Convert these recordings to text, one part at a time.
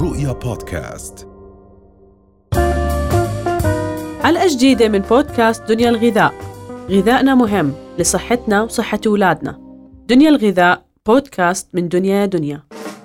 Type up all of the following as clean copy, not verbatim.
رؤيا بودكاست. حلقة جديدة من بودكاست دنيا الغذاء. غذائنا مهم لصحتنا وصحة أولادنا. دنيا الغذاء بودكاست من دنيا.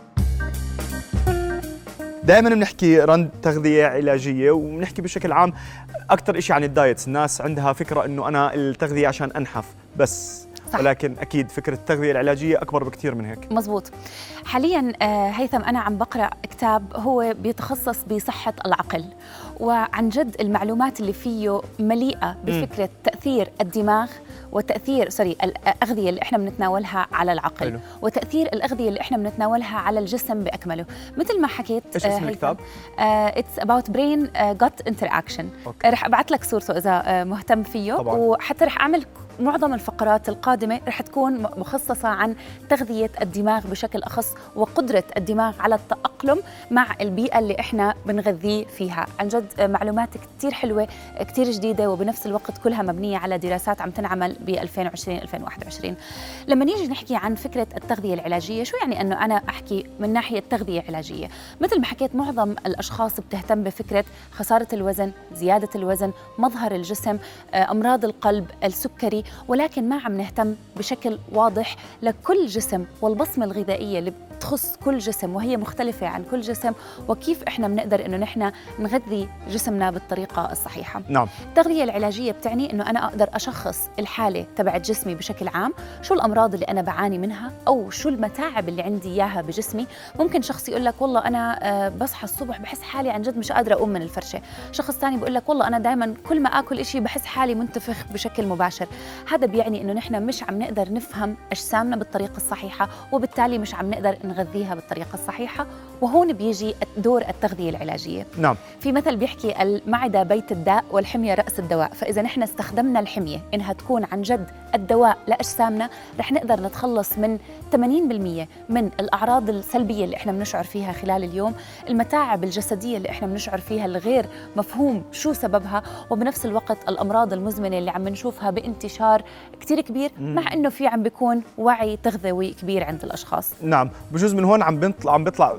دائما بنحكي رند تغذية علاجية، وبنحكي بشكل عام أكثر إشي عن الدايتس. الناس عندها فكرة إنه أنا التغذية عشان أنحف بس، صح. ولكن أكيد فكرة التغذية العلاجية أكبر بكتير من هيك. مزبوط. حالياً هيثم أنا عم بقرأ كتاب هو بيتخصص بصحة العقل، وعن جد المعلومات اللي فيه مليئة بفكرة تأثير الدماغ وتأثير الأغذية اللي إحنا بنتناولها على العقل. حلو. وتأثير الأغذية اللي إحنا بنتناولها على الجسم بأكمله. مثل ما حكيت. إيش اسم الكتاب؟ It's about brain gut interaction. رح أبعت لك صورته إذا مهتم فيه. طبعاً. وحتى رح أعمل معظم الفقرات القادمة رح تكون مخصصة عن تغذية الدماغ بشكل أخص، وقدرة الدماغ على التأقلم مع البيئة اللي إحنا بنغذيه فيها. عن جد معلومات كتير حلوة، كتير جديدة، وبنفس الوقت كلها مبنية على دراسات عم تنعمل ب 2020-2021. لما نيجي نحكي عن فكرة التغذية العلاجية، شو يعني أنه أنا أحكي من ناحية تغذية علاجية؟ مثل ما حكيت، معظم الأشخاص بتهتم بفكرة خسارة الوزن، زيادة الوزن، مظهر الجسم، أمراض القلب، السكري، ولكن ما عم نهتم بشكل واضح لكل جسم والبصمة الغذائية اللي بتخص كل جسم، وهي مختلفة عن كل جسم، وكيف إحنا بنقدر إنه نحن نغذي جسمنا بالطريقة الصحيحة. نعم. التغذية العلاجية بتعني إنه أنا أقدر أشخص الحالة تبعت جسمي بشكل عام، شو الأمراض اللي أنا بعاني منها، أو شو المتاعب اللي عندي إياها بجسمي. ممكن شخص يقول لك والله أنا بصحى الصبح بحس حالي عن جد مش قادرة أقوم من الفرشة. شخص ثاني بيقول لك والله أنا دائما كل ما آكل إشي بحس حالي منتفخ بشكل مباشر. هذا بيعني إنه نحن مش عم نقدر نفهم أجسامنا بالطريقة الصحيحة، وبالتالي مش عم نقدر نغذيها بالطريقة الصحيحة. وهون بيجي دور التغذية العلاجية. نعم. في مثل بيحكي المعدة بيت الداء والحمية رأس الدواء. فإذا نحن استخدمنا الحمية إنها تكون عن جد الدواء لأجسامنا، رح نقدر نتخلص من 80% من الأعراض السلبية اللي إحنا بنشعر فيها خلال اليوم، المتاعب الجسدية اللي إحنا بنشعر فيها الغير مفهوم شو سببها، وبنفس الوقت الأمراض المزمنة اللي عم نشوفها بانتشار كتير كبير، مع إنه في عم بيكون وعي تغذوي كبير عند الأشخاص. نعم. بجوز من هون عم بيطلع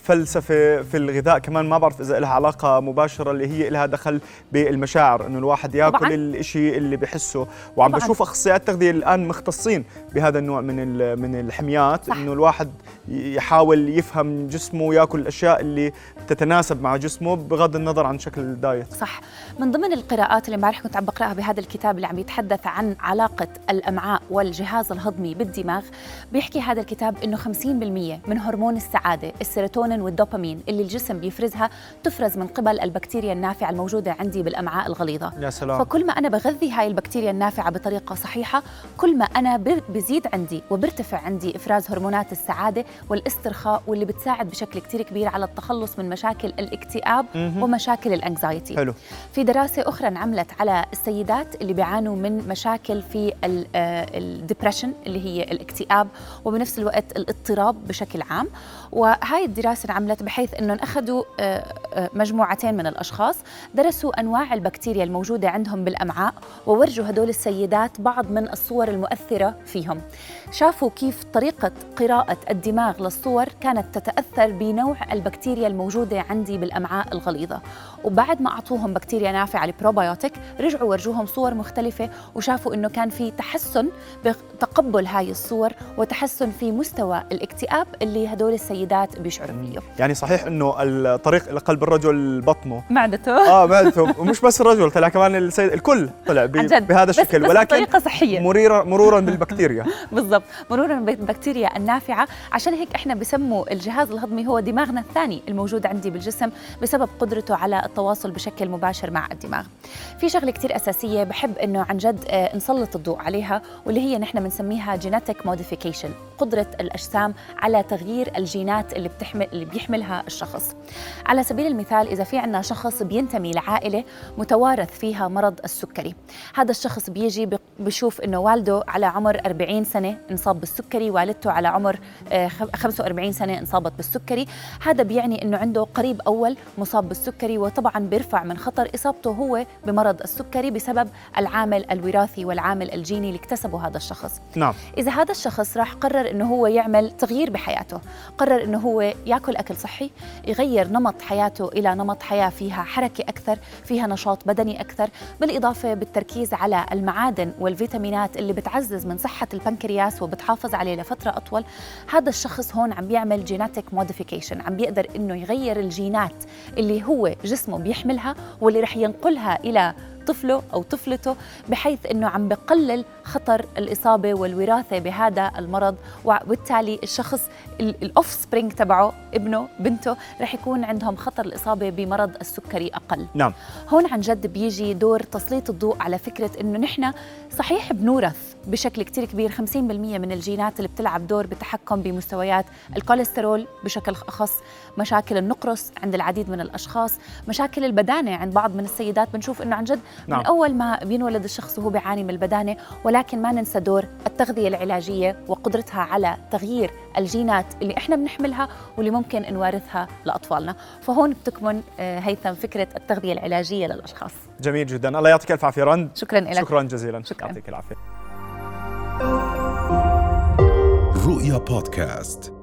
فلسفة في الغذاء كمان، ما بعرف إذا لها علاقة مباشرة، اللي هي لها دخل بالمشاعر، إنه الواحد يأكل طبعاً الإشي اللي بحسه. وعم طبعاً بشوف أخصائيات التغذية الآن مختصين بهذا النوع من الحميات. صح. إنه الواحد يحاول يفهم جسمه ويأكل الأشياء اللي تتناسب مع جسمه بغض النظر عن شكل الدايت. صح. من ضمن القراءات اللي امبارح كنت عم بقرأها بهذا الكتاب اللي عم يتحدث عن علاقة الأمعاء والجهاز الهضمي بالدماغ، بيحكي هذا الكتاب إنه 50% من هرمون السعادة، السيروتونين والدوبامين، اللي الجسم بيفرزها، تفرز من قبل البكتيريا النافعة الموجودة عندي بالأمعاء الغليظة. يا سلام. فكل ما أنا بغذي هاي البكتيريا النافعة بطريقة صحيحة، كل ما أنا بزيد عندي وبرتفع عندي إفراز هرمونات السعادة والاسترخاء، واللي بتساعد بشكل كتير كبير على التخلص من مشاكل الاكتئاب ومشاكل الانكزايتي. حلو. في دراسة أخرى انعملت على السيدات اللي بيعانوا من مشاكل في الديبريشن اللي هي الاكتئاب، وبنفس الوقت الاضطراب بشكل عام. وهاي الدراسة انعملت بحيث أنهم أخذوا مجموعتين من الأشخاص، درسوا أنواع البكتيريا الموجودة عندهم بالأمعاء، وورجوا هدول السيدات بعض من الصور المؤثرة فيهم. شافوا كيف طريقة قراءة الدماغ للصور كانت تتأثر بنوع البكتيريا الموجودة عندي بالأمعاء الغليظة. وبعد ما أعطوهم بكتيريا نافعة البروبيوتيك، رجعوا ورجوهم صور مختلفة، وشافوا إنه كان في تحسن بتقبل هاي الصور، وتحسن في مستوى الاكتئاب اللي هدول السيدات بيشعروا فيه. يعني صحيح إنه الطريق لقلب الرجل بطنه، معدته. معدته. ومش بس الرجل، طلع كمان السيد، الكل طلع بهذا الشكل، بس ولكن بطريقة صحية. مرورا بالبكتيريا. بالضبط، مرورا بالبكتيريا النافعة. عشان هيك إحنا بسموا الجهاز الهضمي هو دماغنا الثاني الموجود عندي بالجسم، بسبب قدرته على التواصل بشكل مباشر مع الدماغ. في شغلة كتير أساسية بحب إنه عن جد نسلط الضوء عليها، واللي هي نحن بنسميها genetic modification، قدرة الأجسام على تغيير الجينات اللي بيحملها الشخص. على سبيل المثال، إذا في عنا شخص بينتمي لعائلة متوارث فيها مرض السكري، هذا الشخص بيجي بيشوف إنه والده على عمر 40 سنة انصاب بالسكري، والدته على عمر 45 سنة انصابت بالسكري، هذا بيعني أنه عنده قريب أول مصاب بالسكري، وطبعا بيرفع من خطر إصابته هو بمرض السكري بسبب العامل الوراثي والعامل الجيني اللي اكتسبه هذا الشخص. نعم. إذا هذا الشخص راح قرر أنه هو يعمل تغيير بحياته، قرر أنه هو يأكل أكل صحي، يغير نمط حياته إلى نمط حياة فيها حركة أكثر، فيها نشاط بدني أكثر، بالإضافة بالتركيز على المعادن والفيتامينات اللي بتعزز من صحة البنكرياس وبتحافظ عليه لفترة أطول، هذا الشخص هون عم بيعمل جيناتيك موديفيكيشن، عم بيقدر إنه يغير الجينات اللي هو جسمه بيحملها واللي رح ينقلها إلى طفله أو طفلته، بحيث أنه عم بقلل خطر الإصابة والوراثة بهذا المرض، وبالتالي الشخص الأوف سبرينج تبعه ابنه بنته رح يكون عندهم خطر الإصابة بمرض السكري أقل. نعم. هون عن جد بيجي دور تسليط الضوء على فكرة أنه نحن صحيح بنورث بشكل كتير كبير 50% من الجينات اللي بتلعب دور بالتحكم بمستويات الكوليسترول بشكل أخص، مشاكل النقرس عند العديد من الأشخاص، مشاكل البدانة عند بعض من السيدات بنشوف أنه عن جد نعم. من أول ما بينولد الشخص وهو بيعاني من البدانة، ولكن ما ننسى دور التغذية العلاجية وقدرتها على تغيير الجينات اللي إحنا بنحملها واللي ممكن نوارثها لأطفالنا. فهون بتكمن هيثم فكرة التغذية العلاجية للأشخاص. جميل جدا، الله يعطيك الف عافية رند. شكرا لك. شكرا جزيلا. شكرا. يعطيك العافية. رؤيا بودكاست.